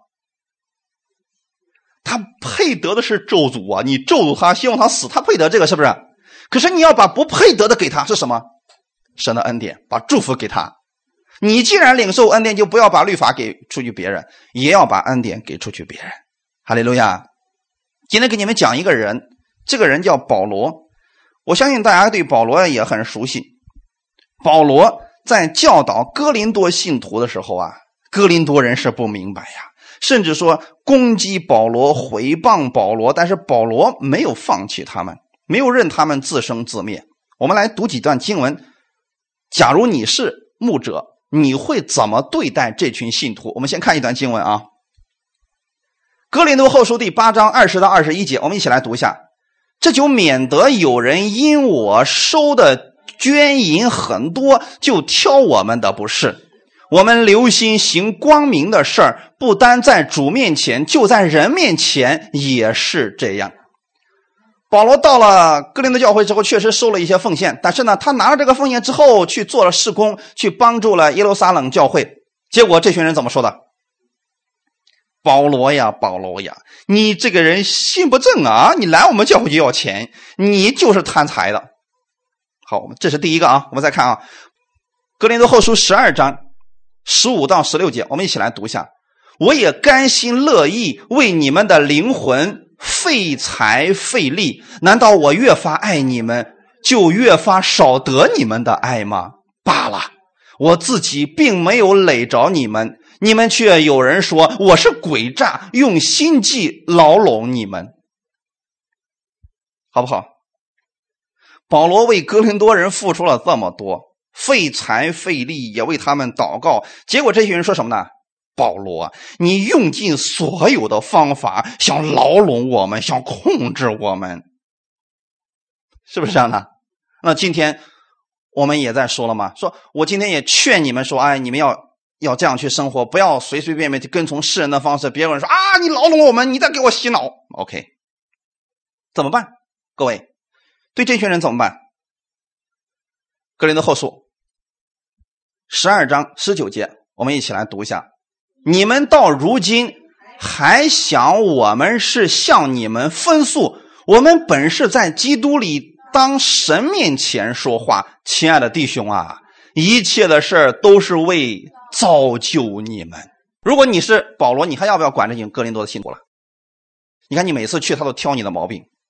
他配得的是咒诅啊！你咒诅他，希望他死，他配得这个，是不是？可是你要把不配得的给他，是什么？神的恩典，把祝福给他。你既然领受恩典，就不要把律法给出去别人，也要把恩典给出去别人。哈利路亚！今天给你们讲一个人，这个人叫保罗。我相信大家对保罗也很熟悉。保罗在教导哥林多信徒的时候啊，哥林多人是不明白呀，甚至说攻击保罗、毁谤保罗，但是保罗没有放弃他们，没有任他们自生自灭。我们来读几段经文。假如你是牧者，你会怎么对待这群信徒？我们先看一段经文啊，哥林多后书第八章二十到二十一节，我们一起来读一下。这就免得有人因我收的捐银很多，就挑我们的不是。我们留心行光明的事儿，不单在主面前，就在人面前也是这样。保罗到了哥林多教会之后，确实收了一些奉献，但是呢，他拿了这个奉献之后去做了事工，去帮助了耶路撒冷教会。结果这群人怎么说的？保罗呀，保罗呀，你这个人心不正啊！你来我们教会就要钱，你就是贪财的。好，我们这是第一个啊。我们再看啊，哥林多后书十二章十五到十六节，我们一起来读一下。我也甘心乐意为你们的灵魂费财费力，难道我越发爱你们，就越发少得你们的爱吗？罢了，我自己并没有累着你们，你们却有人说我是诡诈，用心计牢笼你们，好不好？保罗为哥林多人付出了这么多，费财费力，也为他们祷告，结果这些人说什么呢？保罗，你用尽所有的方法想牢笼我们，想控制我们，是不是这样的？那今天我们也在说了嘛，说我今天也劝你们说，哎，你们要要这样去生活，不要随随便便去跟从世人的方式。别人说啊，你牢笼我们，你在给我洗脑 ，OK？ 怎么办？各位，对这群人怎么办？哥林多后书十二章十九节，我们一起来读一下。你们到如今还想我们是向你们分诉，我们本是在基督里当神面前说话。亲爱的弟兄啊，一切的事都是为造就你们。如果你是保罗，你还要不要管这群哥林多的信徒了？你看你每次去他都挑你的毛病，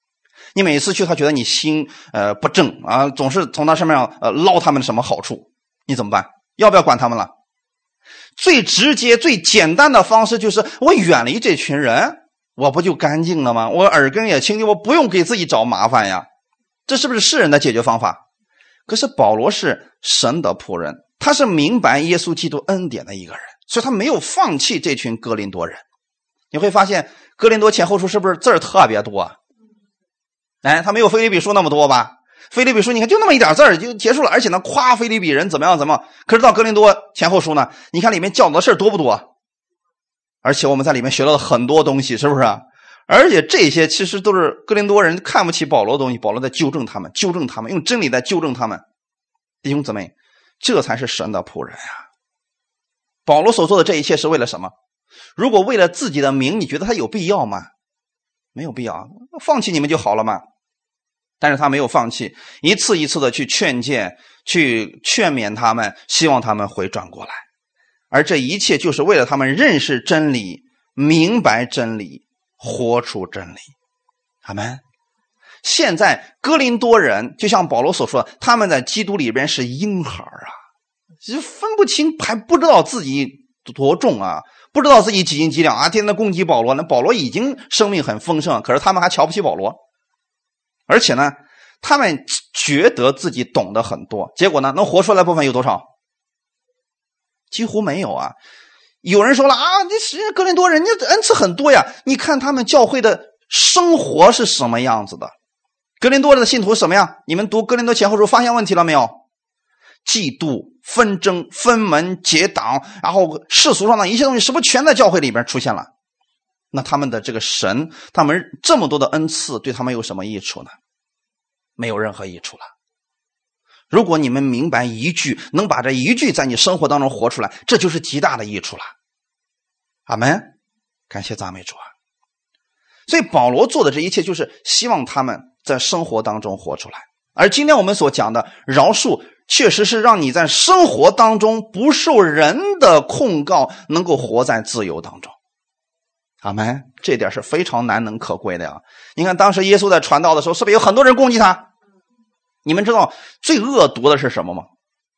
你每次去他觉得你心呃不正啊，总是从他身上呃捞他们什么好处，你怎么办？要不要管他们了？最直接最简单的方式就是我远离这群人，我不就干净了吗？我耳根也清净，我不用给自己找麻烦呀。这是不是世人的解决方法？可是保罗是神的仆人，他是明白耶稣基督恩典的一个人，所以他没有放弃这群哥林多人。你会发现哥林多前后书是不是字儿特别多啊？哎，他没有腓立比书那么多吧？腓立比书你看就那么一点字儿就结束了，而且呢夸腓立比人怎么样怎么样。可是到哥林多前后书呢，你看里面教导的事多不多？而且我们在里面学到了很多东西，是不是？而且这些其实都是哥林多人看不起保罗的东西，保罗在纠正他们，纠正他们，用真理在纠正他们。弟兄姊妹，这才是神的仆人啊！保罗所做的这一切是为了什么？如果为了自己的名，你觉得他有必要吗？没有必要，放弃你们就好了嘛。但是他没有放弃，一次一次的去劝诫，去劝勉他们，希望他们回转过来。而这一切就是为了他们认识真理，明白真理，活出真理。阿们。现在哥林多人就像保罗所说的，他们在基督里边是婴孩啊，分不清，还不知道自己多重啊，不知道自己几斤几两啊，天天攻击保罗。那保罗已经生命很丰盛，可是他们还瞧不起保罗。而且呢，他们觉得自己懂得很多，结果呢，能活出来的部分有多少？几乎没有啊。有人说了啊，这哥林多人家恩赐很多呀，你看他们教会的生活是什么样子的？哥林多的信徒什么样？你们读哥林多前后书发现问题了没有？嫉妒、纷争、分门结党，然后世俗上的一切东西是不是全在教会里边出现了？那他们的这个神，他们这么多的恩赐对他们有什么益处呢？没有任何益处了。如果你们明白一句，能把这一句在你生活当中活出来，这就是极大的益处了。阿们，感谢赞美主啊！所以保罗做的这一切就是希望他们在生活当中活出来。而今天我们所讲的饶恕，确实是让你在生活当中不受人的控告，能够活在自由当中。阿们，这点是非常难能可贵的呀！你看当时耶稣在传道的时候，是不是有很多人攻击他？你们知道最恶毒的是什么吗？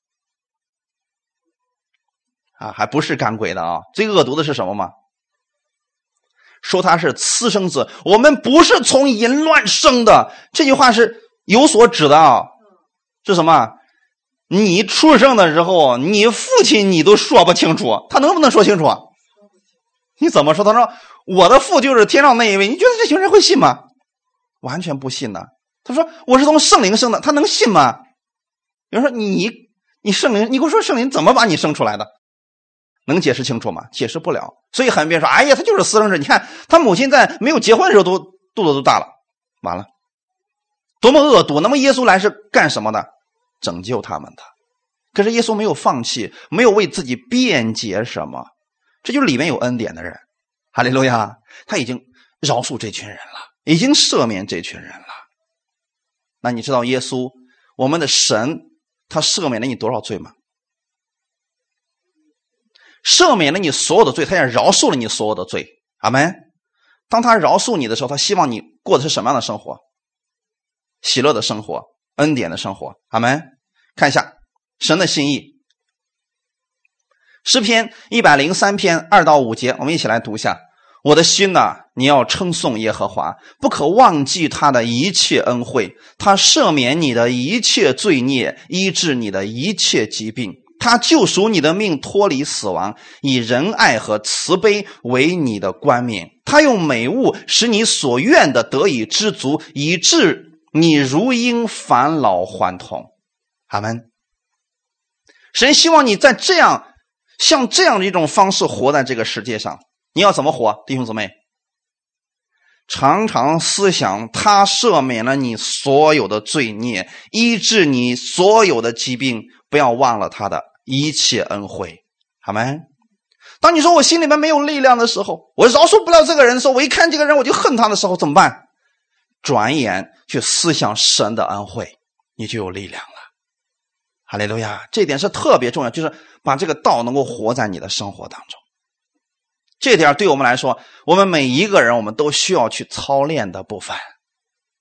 啊，还不是赶鬼的啊！最恶毒的是什么吗？说他是私生子，我们不是从淫乱生的。这句话是有所指的啊，是什么？你出生的时候，你父亲你都说不清楚，他能不能说清楚啊？你怎么说？他说我的父就是天上那一位，你觉得这群人会信吗？完全不信的。他说我是从圣灵生的，他能信吗？有人说你你圣灵，你给我说圣灵怎么把你生出来的？能解释清楚吗？解释不了。所以很多人说哎呀他就是私生子，你看他母亲在没有结婚的时候都肚子都大了，完了多么恶毒。那么耶稣来是干什么的？拯救他们的。可是耶稣没有放弃，没有为自己辩解什么，这就是里面有恩典的人。哈利路亚，他已经饶恕这群人了，已经赦免这群人了。那你知道耶稣我们的神他赦免了你多少罪吗？赦免了你所有的罪，他也饶恕了你所有的罪。阿们。当他饶恕你的时候，他希望你过的是什么样的生活？喜乐的生活，恩典的生活。阿们。看一下神的心意，诗篇一百零三篇二到五节，我们一起来读一下。我的心哪，你要称颂耶和华，不可忘记他的一切恩惠，他赦免你的一切罪孽，医治你的一切疾病，他救赎你的命脱离死亡，以仁爱和慈悲为你的冠冕，他用美物使你所愿的得以知足，以致你如鹰返老还童。阿们。神希望你在这样像这样的一种方式活在这个世界上。你要怎么活？弟兄姊妹，常常思想他赦免了你所有的罪孽，医治你所有的疾病，不要忘了他的一切恩惠。阿们。当你说我心里面没有力量的时候，我饶恕不了这个人的时候，我一看这个人我就恨他的时候，怎么办？转眼去思想神的恩惠，你就有力量了。哈利路亚，这一点是特别重要，就是把这个道能够活在你的生活当中。这点对我们来说，我们每一个人我们都需要去操练的部分。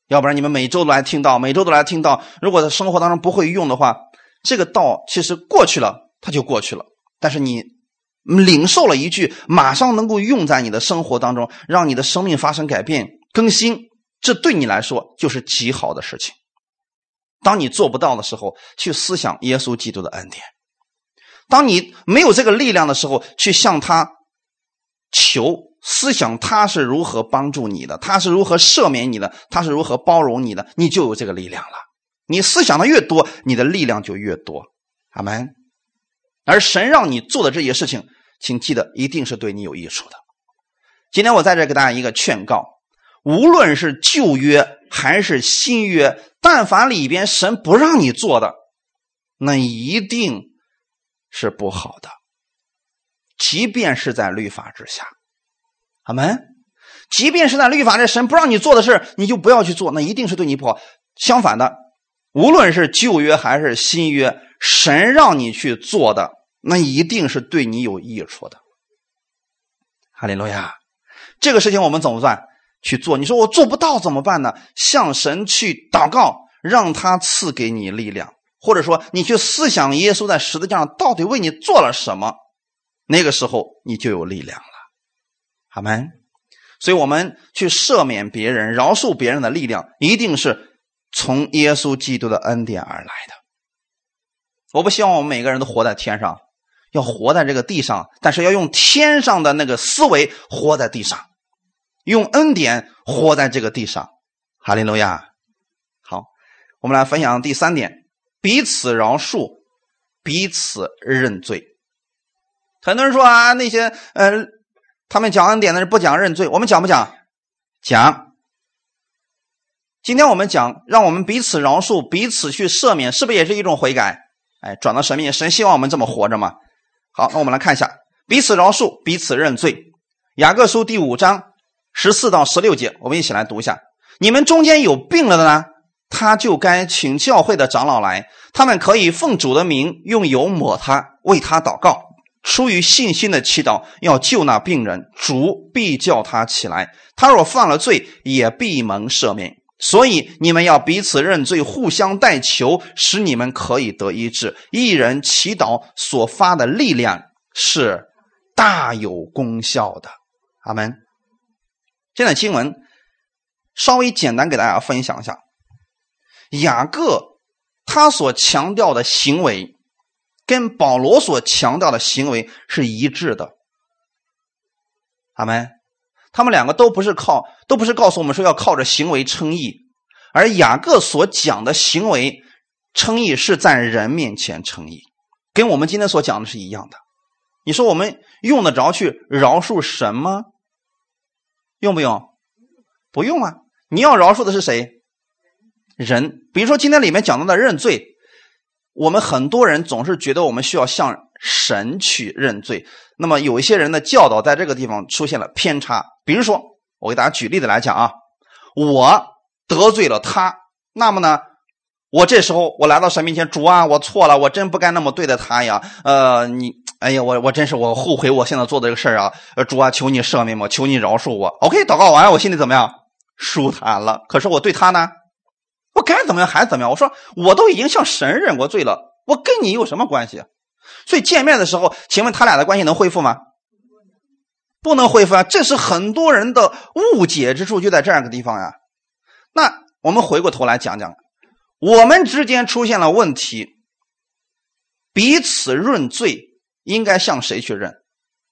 要不然你们每周都来听道，每周都来听道，如果在生活当中不会用的话，这个道其实过去了，它就过去了。但是你领受了一句，马上能够用在你的生活当中，让你的生命发生改变、更新，这对你来说就是极好的事情。当你做不到的时候，去思想耶稣基督的恩典。当你没有这个力量的时候，去向他求，思想他是如何帮助你的，他是如何赦免你的，他是如何包容你的，你就有这个力量了。你思想的越多，你的力量就越多。阿们。而神让你做的这些事情，请记得一定是对你有益处的。今天我在这给大家一个劝告，无论是旧约还是新约，但凡里边神不让你做的，那一定是不好的，即便是在律法之下。阿们。即便是在律法之下，神不让你做的事，你就不要去做，那一定是对你不好。相反的，无论是旧约还是新约，神让你去做的，那一定是对你有益处的。哈利路亚。这个事情我们怎么办？去做。你说我做不到怎么办呢？向神去祷告，让他赐给你力量，或者说你去思想耶稣在十字架上到底为你做了什么，那个时候你就有力量了。阿们。所以我们去赦免别人、饶恕别人的力量，一定是从耶稣基督的恩典而来的。我不希望我们每个人都活在天上，要活在这个地上，但是要用天上的那个思维活在地上，用恩典活在这个地上。哈利路亚。好，我们来分享第三点，彼此饶恕，彼此认罪。很多人说啊，那些呃，他们讲恩典的人不讲认罪，我们讲不讲？讲。今天我们讲让我们彼此饶恕，彼此去赦免，是不是也是一种悔改？哎，转到神面前，神希望我们这么活着吗？好，那我们来看一下，彼此饶恕，彼此认罪。雅各书第五章十四到十六节，我们一起来读一下。你们中间有病了的呢，他就该请教会的长老来，他们可以奉主的名用油抹他，为他祷告，出于信心的祈祷要救那病人，主必叫他起来，他若犯了罪，也必蒙赦免。所以你们要彼此认罪，互相代求，使你们可以得医治。一人祈祷所发的力量是大有功效的。阿们。现在经文稍微简单给大家分享一下，雅各他所强调的行为跟保罗所强调的行为是一致的。阿们。他们两个都不是靠都不是告诉我们说要靠着行为称义，而雅各所讲的行为称义是在人面前称义，跟我们今天所讲的是一样的。你说我们用得着去饶恕神吗？用不用？不用啊。你要饶恕的是谁？人。比如说今天里面讲到的认罪，我们很多人总是觉得我们需要向神去认罪，那么有一些人的教导在这个地方出现了偏差。比如说我给大家举例子来讲啊，我得罪了他，那么呢我这时候我来到神面前，主啊，我错了，我真不该那么对待他呀，呃，你，哎呀，我我真是我后悔我现在做的这个事儿啊，呃，主啊，求你赦免我，求你饶恕我。OK， 祷告完，我心里怎么样？舒坦了。可是我对他呢，我该怎么样还怎么样？我说我都已经向神认过罪了，我跟你有什么关系？所以见面的时候，请问他俩的关系能恢复吗？不能恢复啊！这是很多人的误解之处，就在这样一个地方呀。那我们回过头来讲讲，我们之间出现了问题，彼此认罪，应该向谁去认？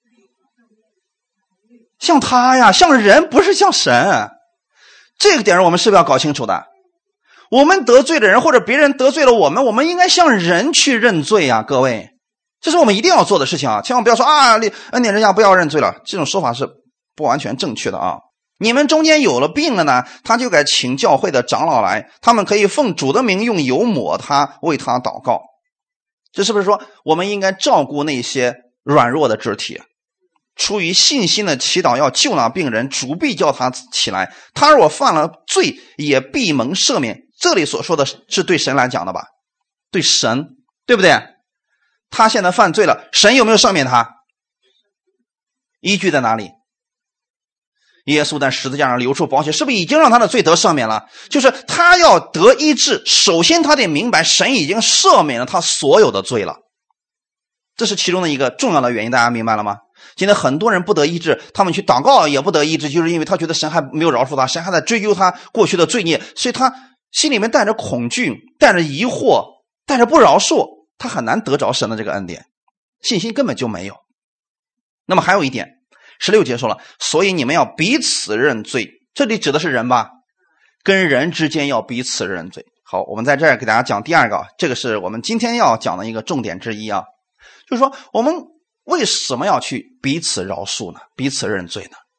向他呀，向人，不是向神。这个点我们是不是要搞清楚的？我们得罪的人，或者别人得罪了我们，我们应该向人去认罪呀，各位。这是我们一定要做的事情啊！千万不要说啊，恩典之下不要认罪了，这种说法是不完全正确的啊。你们中间有了病了呢，他就该请教会的长老来，他们可以奉主的名用油抹他，为他祷告。这是不是说我们应该照顾那些软弱的肢体，出于信心的祈祷要救那病人，主必叫他起来，他若犯了罪，也必蒙赦免。这里所说的是对神来讲的吧？对神，对不对？他现在犯罪了，神有没有赦免他？依据在哪里？ 耶稣在十字架上流出宝血，是不是已经让他的罪得赦免了？就是他要得医治，首先他得明白神已经赦免了他所有的罪了，这是其中的一个重要的原因，大家明白了吗？今天很多人不得医治，他们去祷告也不得医治，就是因为他觉得神还没有饶恕他，神还在追究他过去的罪孽，所以他心里面带着恐惧，带着疑惑，带着不饶恕，他很难得着神的这个恩典，信心根本就没有。那么还有一点，十六节说了，所以你们要彼此认罪，这里指的是人吧，跟人之间要彼此认罪。好，我们在这儿给大家讲第二个，这个是我们今天要讲的一个重点之一啊，就是说我们为什么要去彼此饶恕呢？彼此认罪呢？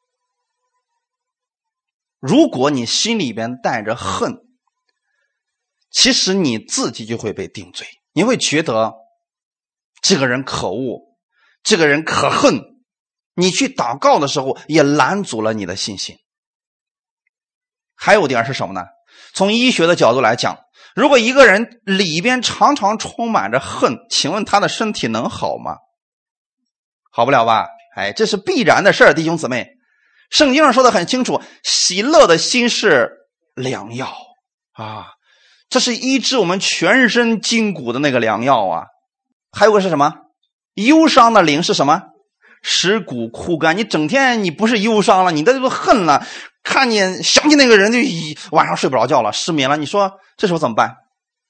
如果你心里边带着恨，其实你自己就会被定罪，你会觉得这个人可恶，这个人可恨，你去祷告的时候也拦阻了你的信心。还有点是什么呢？从医学的角度来讲，如果一个人里边常常充满着恨，请问他的身体能好吗？好不了吧？哎，这是必然的事儿，弟兄姊妹。圣经上说的很清楚，喜乐的心是良药啊，这是医治我们全身筋骨的那个良药啊。还有个是什么？忧伤的灵是什么？使骨枯干。你整天你不是忧伤了，你这就恨了，看见想起那个人就晚上睡不着觉了，失眠了，你说这时候怎么办？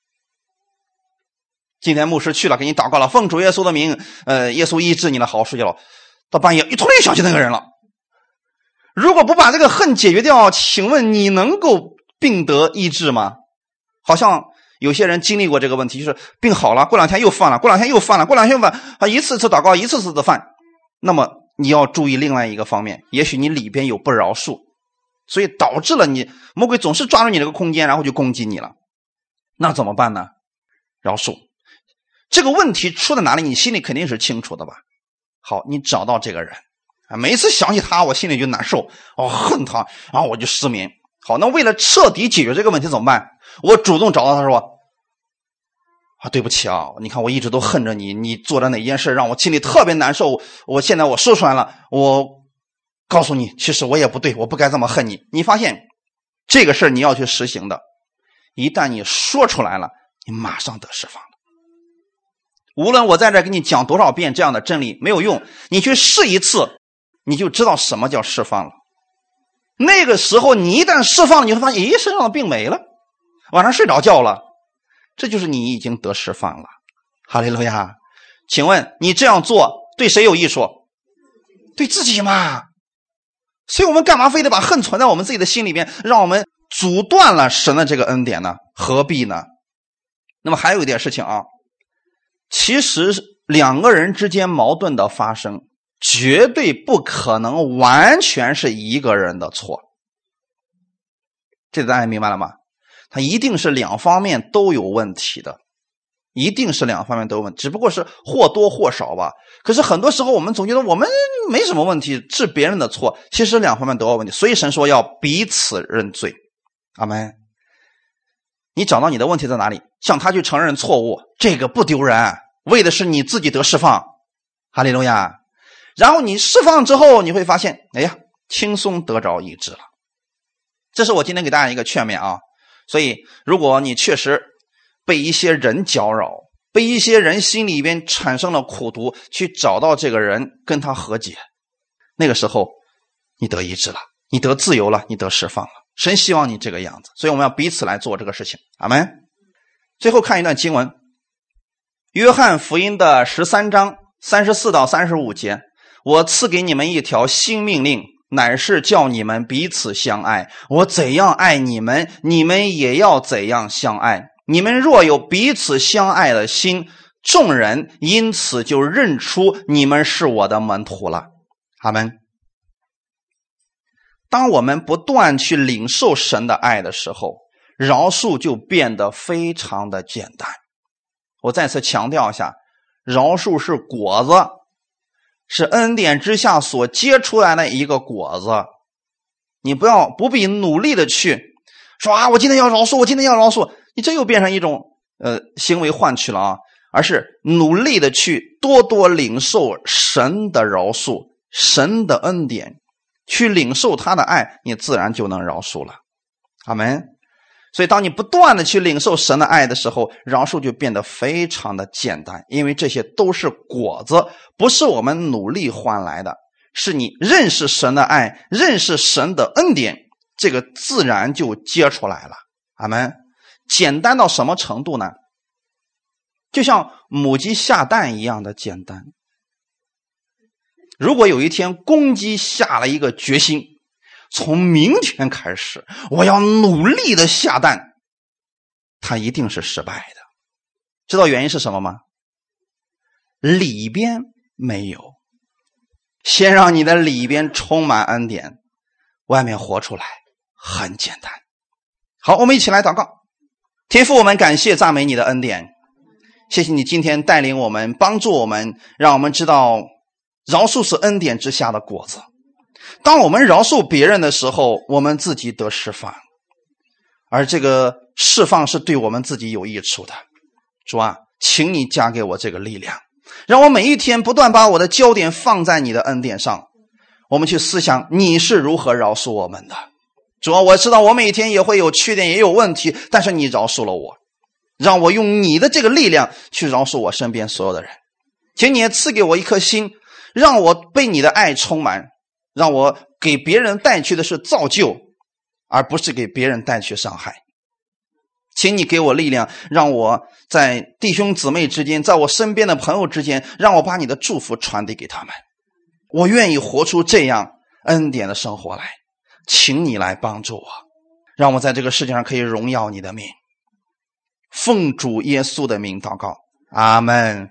今天牧师去了，给你祷告了，奉主耶稣的名，呃，耶稣医治你了，好好睡觉了。到半夜一突然想起那个人了，如果不把这个恨解决掉，请问你能够病得医治吗？好像有些人经历过这个问题，就是病好了，过两天又犯了，过两天又犯了，过两天又犯啊，一次次祷告，一次次的犯。那么你要注意另外一个方面，也许你里边有不饶恕，所以导致了你魔鬼总是抓住你这个空间，然后就攻击你了。那怎么办呢？饶恕。这个问题出在哪里？你心里肯定是清楚的吧？好，你找到这个人啊，每次想起他，我心里就难受，我、哦、恨他，然后我就失眠。好，那为了彻底解决这个问题怎么办？我主动找到他说啊，对不起啊，你看我一直都恨着你，你做了哪件事让我心里特别难受，我现在我说出来了，我告诉你，其实我也不对，我不该这么恨你。你发现这个事你要去实行的，一旦你说出来了，你马上得释放了。无论我在这给你讲多少遍这样的真理没有用，你去试一次，你就知道什么叫释放了。那个时候你一旦释放，你会发现，咦，身上的病没了，晚上睡着觉了，这就是你已经得释放了。哈利路亚！请问你这样做对谁有益处？对自己嘛。所以我们干嘛非得把恨存在我们自己的心里面，让我们阻断了神的这个恩典呢？何必呢？那么还有一点事情啊，其实两个人之间矛盾的发生，绝对不可能完全是一个人的错。这大家明白了吗？它一定是两方面都有问题的，一定是两方面都有问题，只不过是或多或少吧。可是很多时候我们总觉得我们没什么问题，是别人的错，其实两方面都有问题。所以神说要彼此认罪。阿们。你找到你的问题在哪里，向他去承认错误，这个不丢人，为的是你自己得释放。哈利路亚。然后你释放之后，你会发现，哎呀，轻松得着医治了。这是我今天给大家一个劝勉啊。所以如果你确实被一些人搅扰，被一些人心里边产生了苦毒，去找到这个人跟他和解，那个时候你得医治了，你得自由了，你得释放了。神希望你这个样子，所以我们要彼此来做这个事情。阿们。最后看一段经文，约翰福音的十三章三十四到三十五节，我赐给你们一条新命令，乃是叫你们彼此相爱。我怎样爱你们，你们也要怎样相爱。你们若有彼此相爱的心，众人因此就认出你们是我的门徒了。阿们。当我们不断去领受神的爱的时候，饶恕就变得非常的简单。我再次强调一下，饶恕是果子，是恩典之下所结出来的一个果子。你不要不必努力的去说啊，我今天要饶恕，我今天要饶恕，你这又变成一种呃行为换取了啊，而是努力的去多多领受神的饶恕，神的恩典， 去领受他的爱，你自然就能饶恕了。阿们。所以当你不断的去领受神的爱的时候，饶恕就变得非常的简单，因为这些都是果子，不是我们努力换来的，是你认识神的爱，认识神的恩典，这个自然就结出来了。阿们。简单到什么程度呢？就像母鸡下蛋一样的简单。如果有一天公鸡下了一个决心，从明天开始我要努力的下蛋，它一定是失败的。知道原因是什么吗？里边没有。先让你的里边充满恩典，外面活出来很简单。好，我们一起来祷告。天父，我们感谢赞美你的恩典，谢谢你今天带领我们，帮助我们，让我们知道饶恕是恩典之下的果子。当我们饶恕别人的时候，我们自己得释放，而这个释放是对我们自己有益处的。主啊，请你加给我这个力量，让我每一天不断把我的焦点放在你的恩典上，我们去思想你是如何饶恕我们的。主啊，我知道我每一天也会有缺点，也有问题，但是你饶恕了我，让我用你的这个力量去饶恕我身边所有的人。请你也赐给我一颗心，让我被你的爱充满，让我给别人带去的是造就，而不是给别人带去伤害。请你给我力量，让我在弟兄姊妹之间，在我身边的朋友之间，让我把你的祝福传递给他们。我愿意活出这样恩典的生活来，请你来帮助我，让我在这个世界上可以荣耀你的名。奉主耶稣的名祷告，阿们。